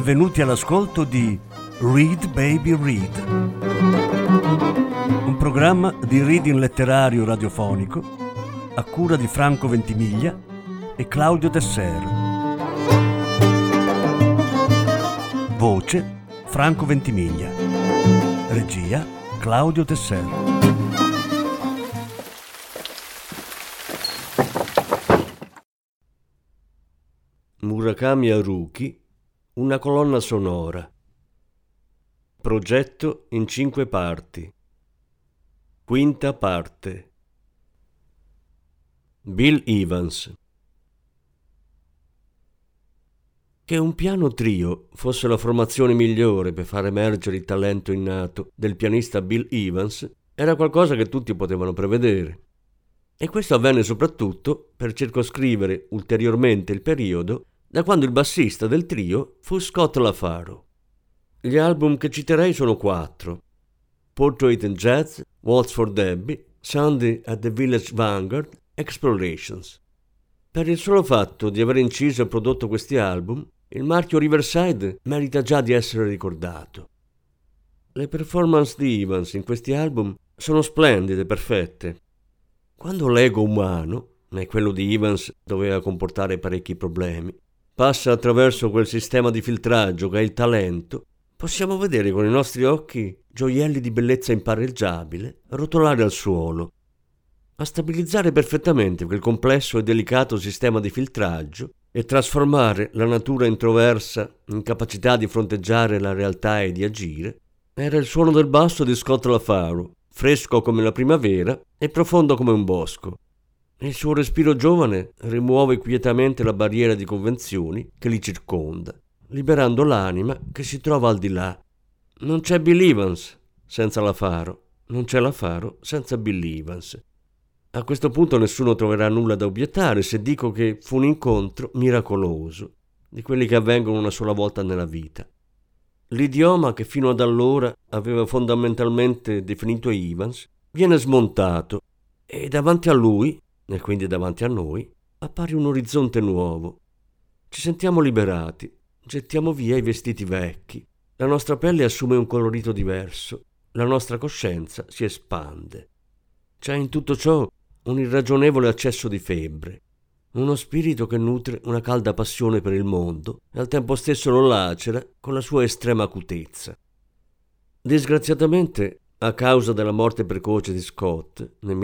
Benvenuti all'ascolto di Read Baby Read, un programma di reading letterario radiofonico a cura di Franco Ventimiglia e Claudio Desser. Voce Franco Ventimiglia. Regia Claudio Desser. Murakami Haruki, una colonna sonora. Progetto in 5 parti. Quinta parte. Bill Evans. Che un piano trio fosse la formazione migliore per far emergere il talento innato del pianista Bill Evans era qualcosa che tutti potevano prevedere. E questo avvenne soprattutto per circoscrivere ulteriormente il periodo da quando il bassista del trio fu Scott LaFaro. Gli album che citerei sono 4: Portrait in Jazz, Waltz for Debbie, Sunday at the Village Vanguard, Explorations. Per il solo fatto di aver inciso e prodotto questi album, il marchio Riverside merita già di essere ricordato. Le performance di Evans in questi album sono splendide e perfette. Quando l'ego umano, e quello di Evans doveva comportare parecchi problemi, passa attraverso quel sistema di filtraggio che è il talento, possiamo vedere con i nostri occhi gioielli di bellezza impareggiabile rotolare al suolo. A stabilizzare perfettamente quel complesso e delicato sistema di filtraggio e trasformare la natura introversa in capacità di fronteggiare la realtà e di agire, era il suono del basso di Scott LaFaro, fresco come la primavera e profondo come un bosco. Il suo respiro giovane rimuove quietamente la barriera di convenzioni che li circonda, liberando l'anima che si trova al di là. Non c'è Bill Evans senza LaFaro, non c'è LaFaro senza Bill Evans. A questo punto nessuno troverà nulla da obiettare se dico che fu un incontro miracoloso, di quelli che avvengono una sola volta nella vita. L'idioma che fino ad allora aveva fondamentalmente definito Evans viene smontato e davanti a lui, e quindi davanti a noi, appare un orizzonte nuovo. Ci sentiamo liberati, gettiamo via i vestiti vecchi, la nostra pelle assume un colorito diverso, la nostra coscienza si espande. C'è in tutto ciò un irragionevole accesso di febbre, uno spirito che nutre una calda passione per il mondo e al tempo stesso lo lacera con la sua estrema acutezza. Disgraziatamente, a causa della morte precoce di Scott nel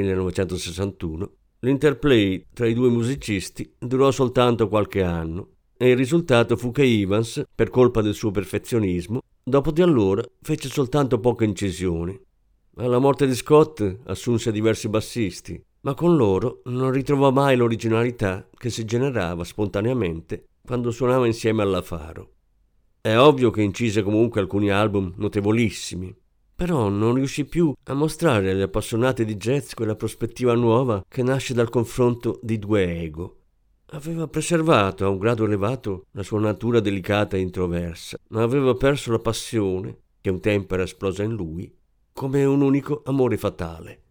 1961, l'interplay tra i due musicisti durò soltanto qualche anno e il risultato fu che Evans, per colpa del suo perfezionismo, dopo di allora fece soltanto poche incisioni. Alla morte di Scott assunse diversi bassisti, ma con loro non ritrovò mai l'originalità che si generava spontaneamente quando suonava insieme alla LaFaro. È ovvio che incise comunque alcuni album notevolissimi, però non riuscì più a mostrare agli appassionati di jazz quella prospettiva nuova che nasce dal confronto di due ego. Aveva preservato a un grado elevato la sua natura delicata e introversa, ma aveva perso la passione, che un tempo era esplosa in lui, come un unico amore fatale.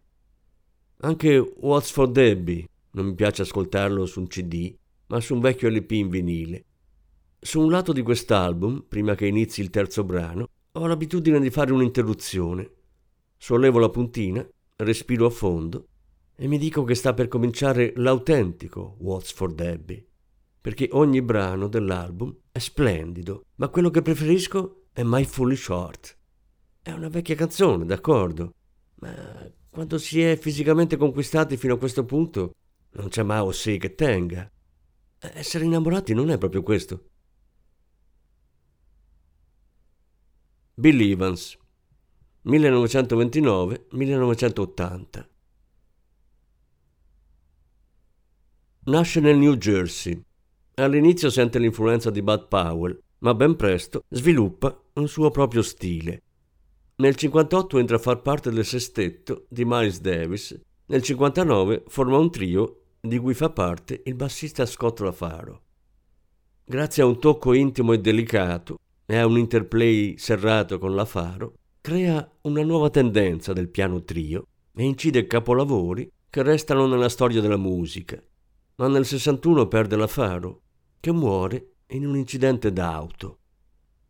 Anche Waltz for Debbie non mi piace ascoltarlo su un CD, ma su un vecchio LP in vinile. Su un lato di quest'album, prima che inizi il terzo brano, ho l'abitudine di fare un'interruzione. Sollevo la puntina, respiro a fondo e mi dico che sta per cominciare l'autentico Waltz for Debbie, perché ogni brano dell'album è splendido, ma quello che preferisco è My Foolish Heart. È una vecchia canzone, d'accordo, ma quando si è fisicamente conquistati fino a questo punto non c'è Mao Se che tenga. Essere innamorati non è proprio questo. Bill Evans, 1929-1980. Nasce nel New Jersey. All'inizio sente l'influenza di Bud Powell, ma ben presto sviluppa un suo proprio stile. Nel 58 entra a far parte del sestetto di Miles Davis. Nel 59 forma un trio di cui fa parte il bassista Scott LaFaro. Grazie a un tocco intimo e delicato e a un interplay serrato con LaFaro, crea una nuova tendenza del piano trio e incide capolavori che restano nella storia della musica. Ma nel 61 perde LaFaro, che muore in un incidente d'auto.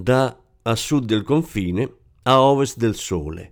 da a sud del confine a ovest del sole.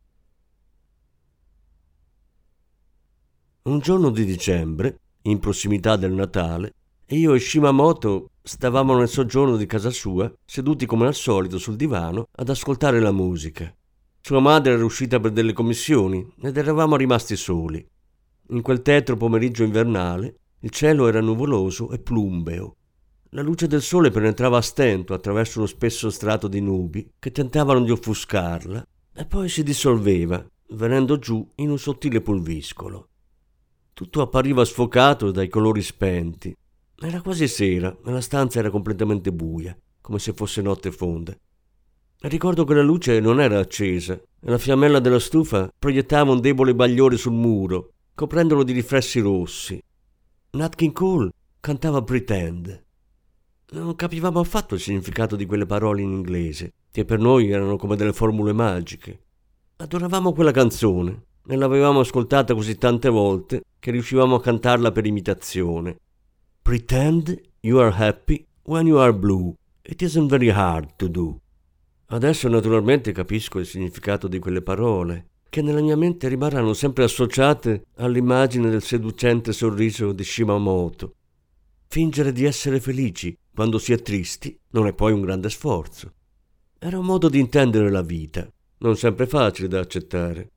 Un giorno di dicembre, in prossimità del Natale, io e Shimamoto stavamo nel soggiorno di casa sua, seduti come al solito sul divano ad ascoltare la musica. Sua madre era uscita per delle commissioni ed eravamo rimasti soli. In quel tetro pomeriggio invernale il cielo era nuvoloso e plumbeo. La luce del sole penetrava a stento attraverso uno spesso strato di nubi che tentavano di offuscarla e poi si dissolveva, venendo giù in un sottile pulviscolo. Tutto appariva sfocato dai colori spenti. Era quasi sera e la stanza era completamente buia, come se fosse notte fonda. Ricordo che la luce non era accesa e la fiammella della stufa proiettava un debole bagliore sul muro, coprendolo di riflessi rossi. Nat King Cole cantava Pretend. Non capivamo affatto il significato di quelle parole in inglese, che per noi erano come delle formule magiche. Adoravamo quella canzone e l'avevamo ascoltata così tante volte che riuscivamo a cantarla per imitazione. Pretend you are happy when you are blue. It isn't very hard to do. Adesso naturalmente capisco il significato di quelle parole, che nella mia mente rimarranno sempre associate all'immagine del seducente sorriso di Shimamoto. Fingere di essere felici quando si è tristi non è poi un grande sforzo. Era un modo di intendere la vita, non sempre facile da accettare.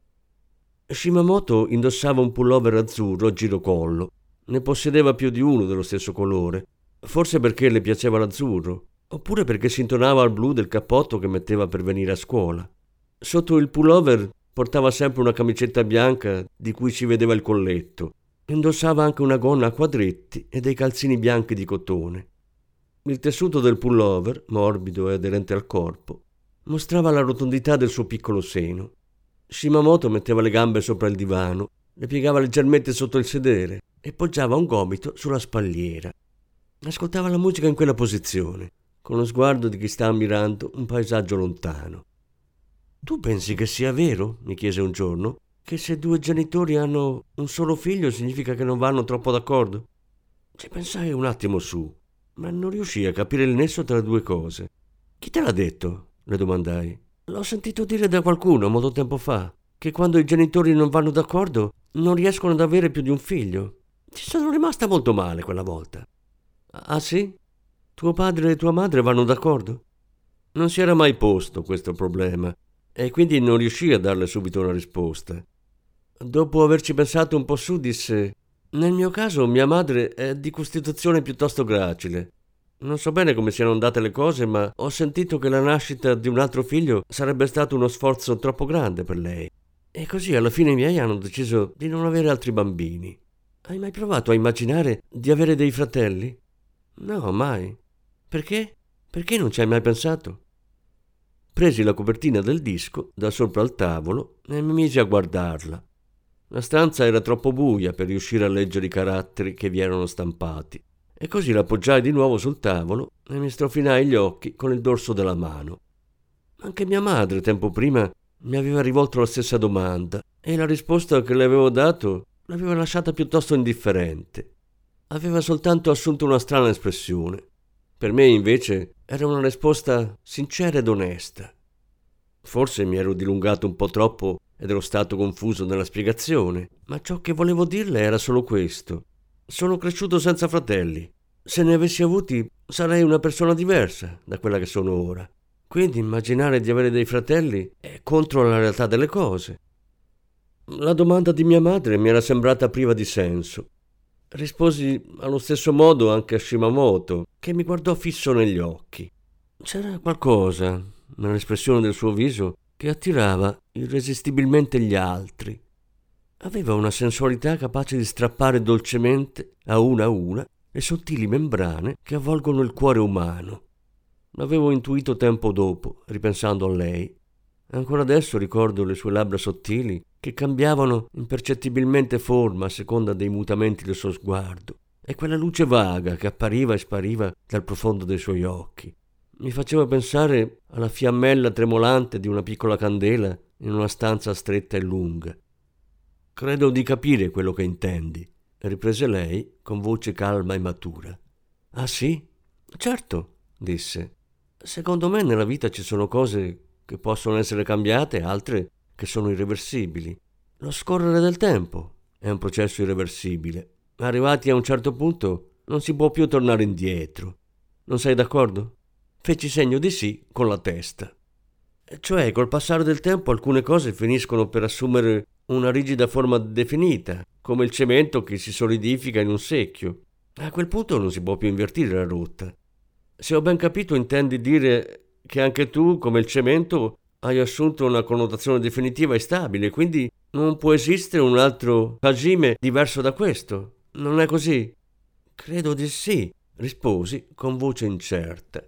Shimamoto indossava un pullover azzurro a girocollo. Ne possedeva più di uno dello stesso colore, forse perché le piaceva l'azzurro, oppure perché si intonava al blu del cappotto che metteva per venire a scuola. Sotto il pullover portava sempre una camicetta bianca di cui si vedeva il colletto. Indossava anche una gonna a quadretti e dei calzini bianchi di cotone. Il tessuto del pullover, morbido e aderente al corpo, mostrava la rotondità del suo piccolo seno. Shimamoto metteva le gambe sopra il divano, le piegava leggermente sotto il sedere e poggiava un gomito sulla spalliera. Ascoltava la musica in quella posizione, con lo sguardo di chi sta ammirando un paesaggio lontano. «Tu pensi che sia vero?» mi chiese un giorno, «che se due genitori hanno un solo figlio significa che non vanno troppo d'accordo?» Ci pensai un attimo su, ma non riuscii a capire il nesso tra le due cose. «Chi te l'ha detto?» le domandai. «L'ho sentito dire da qualcuno molto tempo fa, che quando i genitori non vanno d'accordo non riescono ad avere più di un figlio. Ci sono rimasta molto male quella volta». «Ah sì? Tuo padre e tua madre vanno d'accordo?» Non si era mai posto questo problema e quindi non riuscì a darle subito una risposta. Dopo averci pensato un po' su, disse: «Nel mio caso mia madre è di costituzione piuttosto gracile. Non so bene come siano andate le cose, ma ho sentito che la nascita di un altro figlio sarebbe stato uno sforzo troppo grande per lei. E così alla fine i miei hanno deciso di non avere altri bambini. Hai mai provato a immaginare di avere dei fratelli?» «No, mai». «Perché? Perché non ci hai mai pensato?» Presi la copertina del disco da sopra il tavolo e mi misi a guardarla. La stanza era troppo buia per riuscire a leggere i caratteri che vi erano stampati, e così l'appoggiai di nuovo sul tavolo e mi strofinai gli occhi con il dorso della mano. Anche mia madre, tempo prima, mi aveva rivolto la stessa domanda e la risposta che le avevo dato l'aveva lasciata piuttosto indifferente. Aveva soltanto assunto una strana espressione. Per me, invece, era una risposta sincera ed onesta. Forse mi ero dilungato un po' troppo ed ero stato confuso nella spiegazione, ma ciò che volevo dirle era solo questo. Sono cresciuto senza fratelli. Se ne avessi avuti, sarei una persona diversa da quella che sono ora. Quindi immaginare di avere dei fratelli è contro la realtà delle cose. La domanda di mia madre mi era sembrata priva di senso. Risposi allo stesso modo anche a Shimamoto, che mi guardò fisso negli occhi. C'era qualcosa nell'espressione del suo viso che attirava irresistibilmente gli altri. Aveva una sensualità capace di strappare dolcemente, a una le sottili membrane che avvolgono il cuore umano. L'avevo intuito tempo dopo, ripensando a lei. Ancora adesso ricordo le sue labbra sottili che cambiavano impercettibilmente forma a seconda dei mutamenti del suo sguardo, e quella luce vaga che appariva e spariva dal profondo dei suoi occhi. Mi faceva pensare alla fiammella tremolante di una piccola candela in una stanza stretta e lunga. «Credo di capire quello che intendi», riprese lei con voce calma e matura. «Ah sì? Certo», disse. Secondo me nella vita ci sono cose che possono essere cambiate, altre che sono irreversibili. Lo scorrere del tempo è un processo irreversibile. Arrivati a un certo punto non si può più tornare indietro. Non sei d'accordo? Feci segno di sì con la testa. Cioè, col passare del tempo alcune cose finiscono per assumere una rigida forma definita, come il cemento che si solidifica in un secchio. A quel punto non si può più invertire la rotta. Se ho ben capito, intendi dire che anche tu, come il cemento, hai assunto una connotazione definitiva e stabile, quindi non può esistere un altro Hajime diverso da questo. Non è così? Credo di sì, risposi con voce incerta.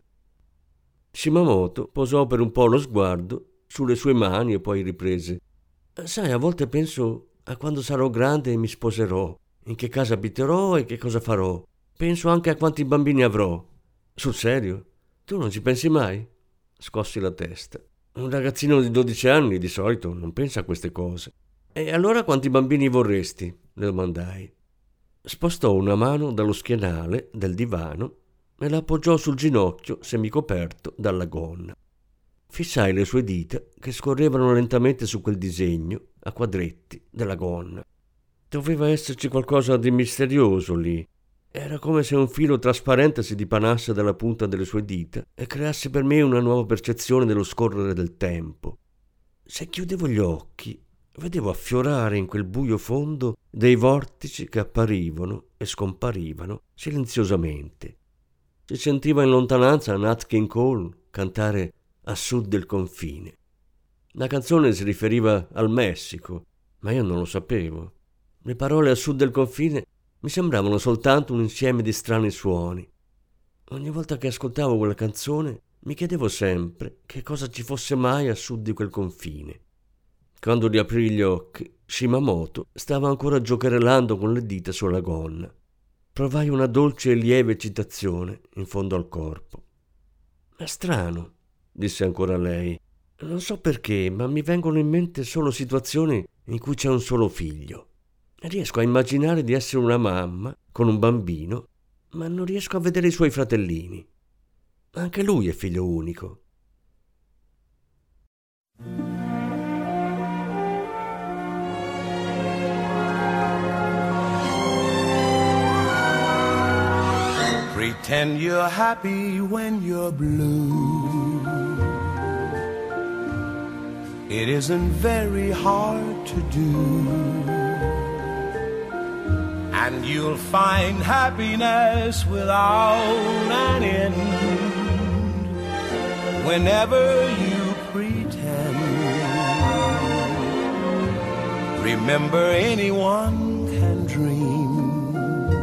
Shimamoto posò per un po' lo sguardo sulle sue mani e poi riprese. Sai, a volte penso a quando sarò grande e mi sposerò, in che casa abiterò e che cosa farò. Penso anche a quanti bambini avrò. Sul serio? Tu non ci pensi mai? Scossi la testa. Un ragazzino di 12 anni di solito non pensa a queste cose. E allora quanti bambini vorresti? Le domandai. Spostò una mano dallo schienale del divano e la appoggiò sul ginocchio semicoperto dalla gonna. Fissai le sue dita che scorrevano lentamente su quel disegno a quadretti della gonna. Doveva esserci qualcosa di misterioso lì. Era come se un filo trasparente si dipanasse dalla punta delle sue dita e creasse per me una nuova percezione dello scorrere del tempo. Se chiudevo gli occhi, vedevo affiorare in quel buio fondo dei vortici che apparivano e scomparivano silenziosamente. Si sentiva in lontananza Nat King Cole cantare A sud del confine. La canzone si riferiva al Messico, ma io non lo sapevo. Le parole a sud del confine mi sembravano soltanto un insieme di strani suoni. Ogni volta che ascoltavo quella canzone mi chiedevo sempre che cosa ci fosse mai a sud di quel confine. Quando riaprii gli occhi, Shimamoto stava ancora giocherellando con le dita sulla gonna. Provai una dolce e lieve eccitazione in fondo al corpo. È strano, disse ancora lei. Non so perché, ma mi vengono in mente solo situazioni in cui c'è un solo figlio. Riesco a immaginare di essere una mamma con un bambino, ma non riesco a vedere i suoi fratellini. Anche lui è figlio unico. Pretend you're happy when you're blue. It isn't very hard to do. And you'll find happiness without an end whenever you pretend. Remember, anyone can dream,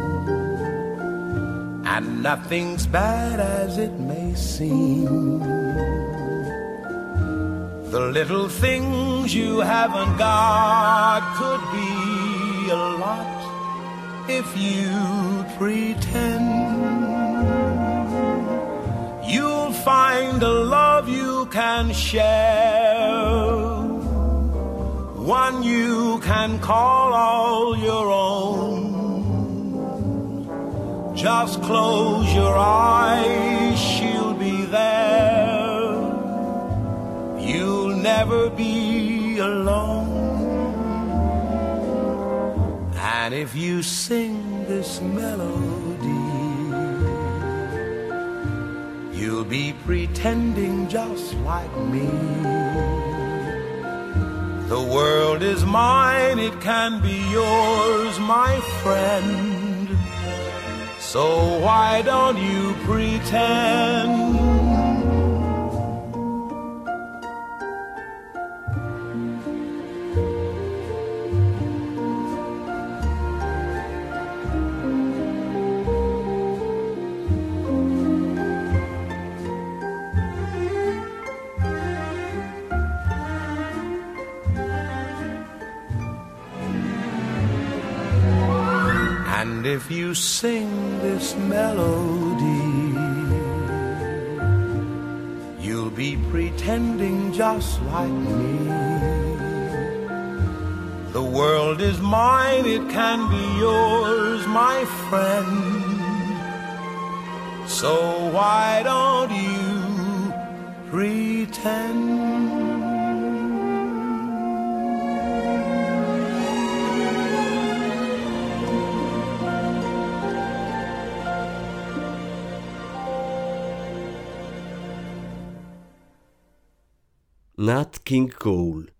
and nothing's bad as it may seem. The little things you haven't got could be a lot if you pretend. You'll find a love you can share, one you can call all your own. Just close your eyes, she'll be there. You'll never be alone. And if you sing this melody, you'll be pretending just like me. The world is mine, it can be yours, my friend. So why don't you pretend? And if you sing this melody, you'll be pretending just like me. The world is mine, it can be yours, my friend. So why don't you pretend. Nat King Cole.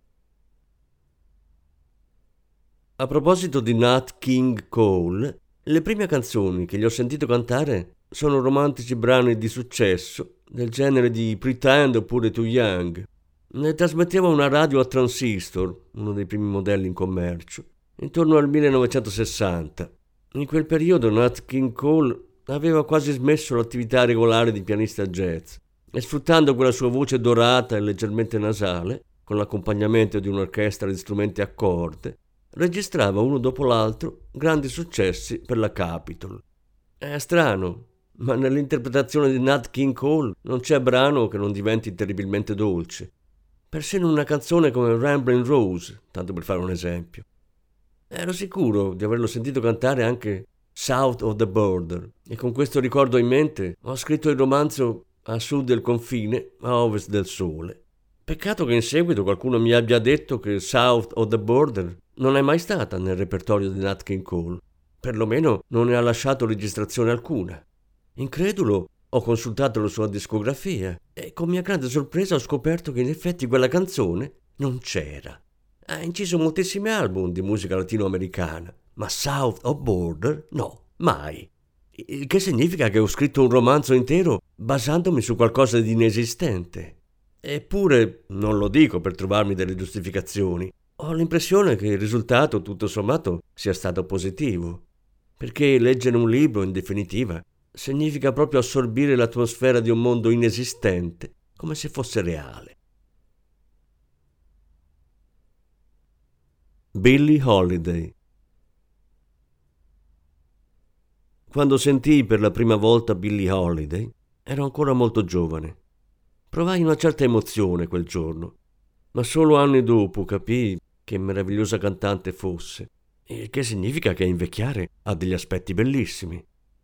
A proposito di Nat King Cole, le prime canzoni che gli ho sentito cantare sono romantici brani di successo del genere di Pretend oppure Too Young. Ne trasmetteva una radio a transistor, uno dei primi modelli in commercio, intorno al 1960. In quel periodo Nat King Cole aveva quasi smesso l'attività regolare di pianista jazz e, sfruttando quella sua voce dorata e leggermente nasale, con l'accompagnamento di un'orchestra di strumenti a corde, registrava uno dopo l'altro grandi successi per la Capitol. È strano, ma nell'interpretazione di Nat King Cole non c'è brano che non diventi terribilmente dolce. Persino una canzone come Ramblin' Rose, tanto per fare un esempio. Ero sicuro di averlo sentito cantare anche South of the Border, e con questo ricordo in mente ho scritto il romanzo A sud del confine, a ovest del sole. Peccato che in seguito qualcuno mi abbia detto che South of the Border non è mai stata nel repertorio di Nat King Cole. Perlomeno non ne ha lasciato registrazione alcuna. Incredulo, ho consultato la sua discografia e con mia grande sorpresa ho scoperto che in effetti quella canzone non c'era. Ha inciso moltissimi album di musica latinoamericana, ma South of Border no, mai. Il che significa che ho scritto un romanzo intero basandomi su qualcosa di inesistente. Eppure, non lo dico per trovarmi delle giustificazioni, ho l'impressione che il risultato, tutto sommato, sia stato positivo. Perché leggere un libro, in definitiva, significa proprio assorbire l'atmosfera di un mondo inesistente, come se fosse reale. Billie Holiday. Quando sentii per la prima volta Billie Holiday, ero ancora molto giovane. Provai una certa emozione quel giorno, ma solo anni dopo capii che meravigliosa cantante fosse, il che significa che invecchiare ha degli aspetti bellissimi.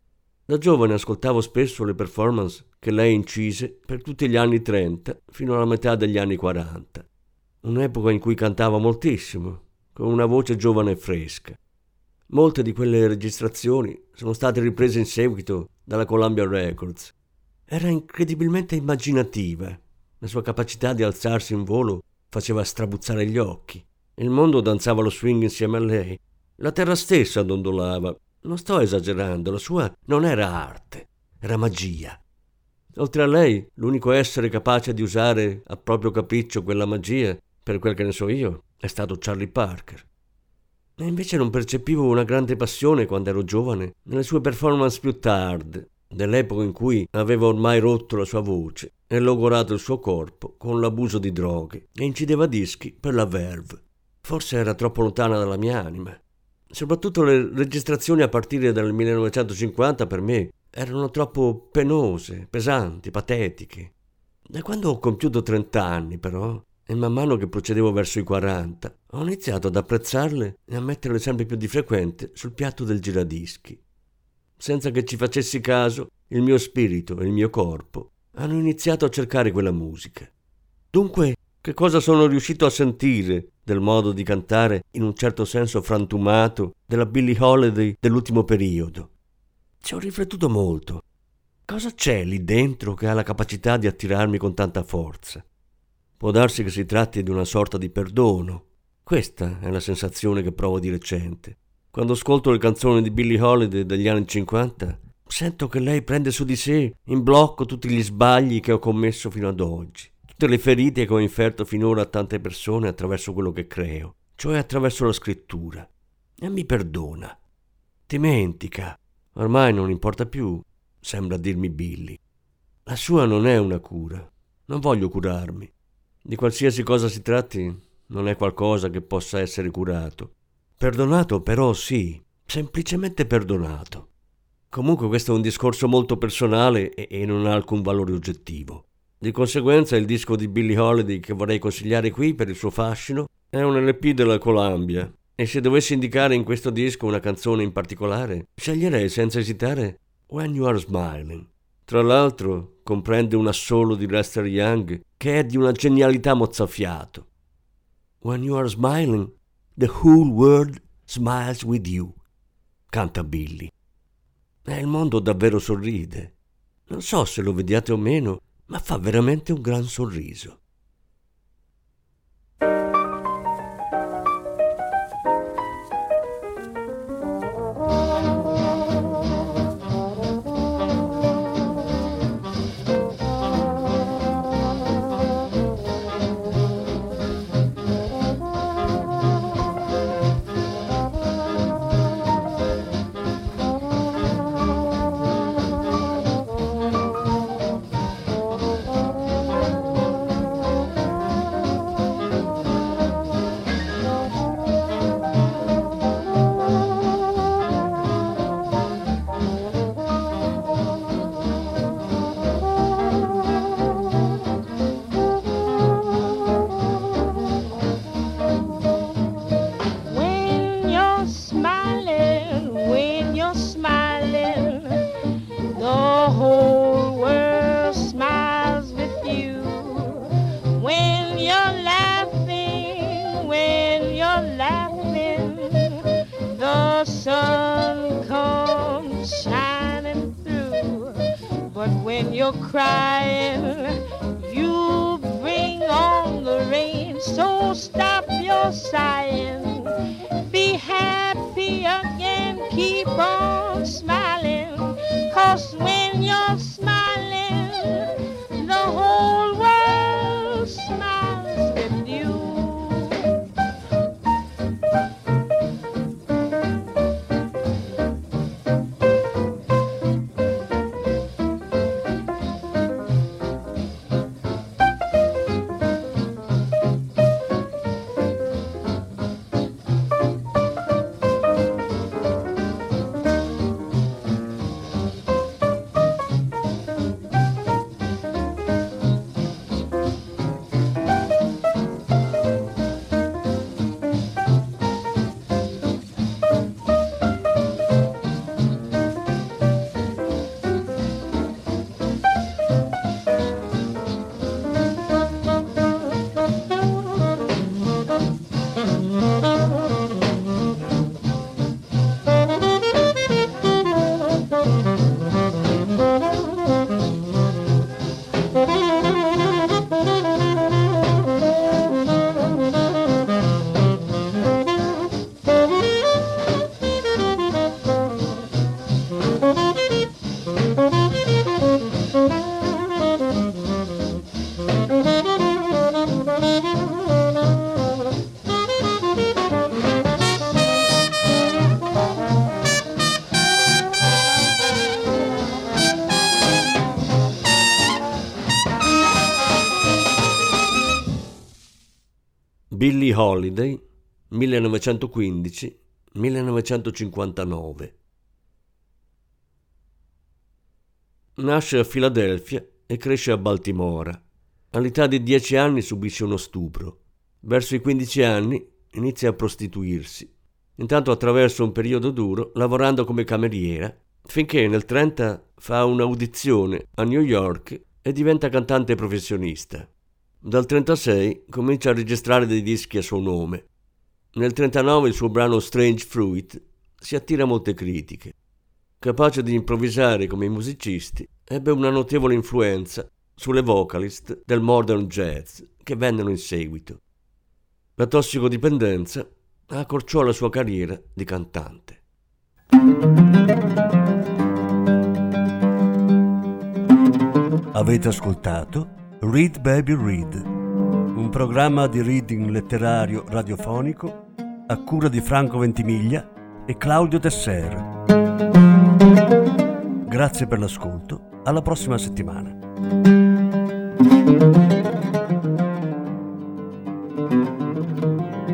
Da giovane ascoltavo spesso le performance che lei incise per tutti gli anni 30 fino alla metà degli anni 40, un'epoca in cui cantava moltissimo, con una voce giovane e fresca. Molte di quelle registrazioni sono state riprese in seguito dalla Columbia Records. Era incredibilmente immaginativa. La sua capacità di alzarsi in volo faceva strabuzzare gli occhi. Il mondo danzava lo swing insieme a lei. La terra stessa dondolava. Non sto esagerando, la sua non era arte, era magia. Oltre a lei, l'unico essere capace di usare a proprio capriccio quella magia, per quel che ne so io, è stato Charlie Parker. E invece non percepivo una grande passione quando ero giovane nelle sue performance più tarde, dell'epoca in cui aveva ormai rotto la sua voce e logorato il suo corpo con l'abuso di droghe e incideva dischi per la Verve. Forse era troppo lontana dalla mia anima. Soprattutto le registrazioni a partire dal 1950 per me erano troppo penose, pesanti, patetiche. Da quando ho compiuto 30 anni, però, e man mano che procedevo verso i 40, ho iniziato ad apprezzarle e a metterle sempre più di frequente sul piatto del giradischi. Senza che ci facessi caso, il mio spirito e il mio corpo hanno iniziato a cercare quella musica. Dunque, che cosa sono riuscito a sentire del modo di cantare in un certo senso frantumato della Billie Holiday dell'ultimo periodo? Ci ho riflettuto molto. Cosa c'è lì dentro che ha la capacità di attirarmi con tanta forza? Può darsi che si tratti di una sorta di perdono. Questa è la sensazione che provo di recente. Quando ascolto le canzoni di Billie Holiday degli anni 50, sento che lei prende su di sé in blocco tutti gli sbagli che ho commesso fino ad oggi, tutte le ferite che ho inferto finora a tante persone attraverso quello che creo, cioè attraverso la scrittura, e mi perdona. Dimentica, ormai non importa più, sembra dirmi Billie. La sua non è una cura, non voglio curarmi. Di qualsiasi cosa si tratti, non è qualcosa che possa essere curato. Perdonato però sì, semplicemente perdonato. Comunque questo è un discorso molto personale e non ha alcun valore oggettivo. Di conseguenza il disco di Billie Holiday che vorrei consigliare qui per il suo fascino è un LP della Columbia, e se dovessi indicare in questo disco una canzone in particolare, sceglierei senza esitare When You Are Smiling. Tra l'altro, comprende un assolo di Lester Young che è di una genialità mozzafiato. When you are smiling, the whole world smiles with you, canta Billy. E il mondo davvero sorride. Non so se lo vediate o meno, ma fa veramente un gran sorriso. When you're crying, you bring on the rain. So stop your sighing, be happy again, keep on smiling. 'Cause when you're smiling, the whole world smiles with you. Billie Holiday, 1915-1959. Nasce a Filadelfia e cresce a Baltimora. All'età di 10 anni subisce uno stupro. Verso i 15 anni inizia a prostituirsi. Intanto attraversa un periodo duro lavorando come cameriera, finché nel 30 fa un'audizione a New York e diventa cantante professionista. Dal 36 comincia a registrare dei dischi a suo nome. Nel 39 il suo brano Strange Fruit si attira molte critiche. Capace di improvvisare come i musicisti, ebbe una notevole influenza sulle vocalist del modern jazz che vennero in seguito. La tossicodipendenza accorciò la sua carriera di cantante. Avete ascoltato Read Baby Read, un programma di reading letterario radiofonico a cura di Franco Ventimiglia e Claudio Tesser. Grazie per l'ascolto, alla prossima settimana.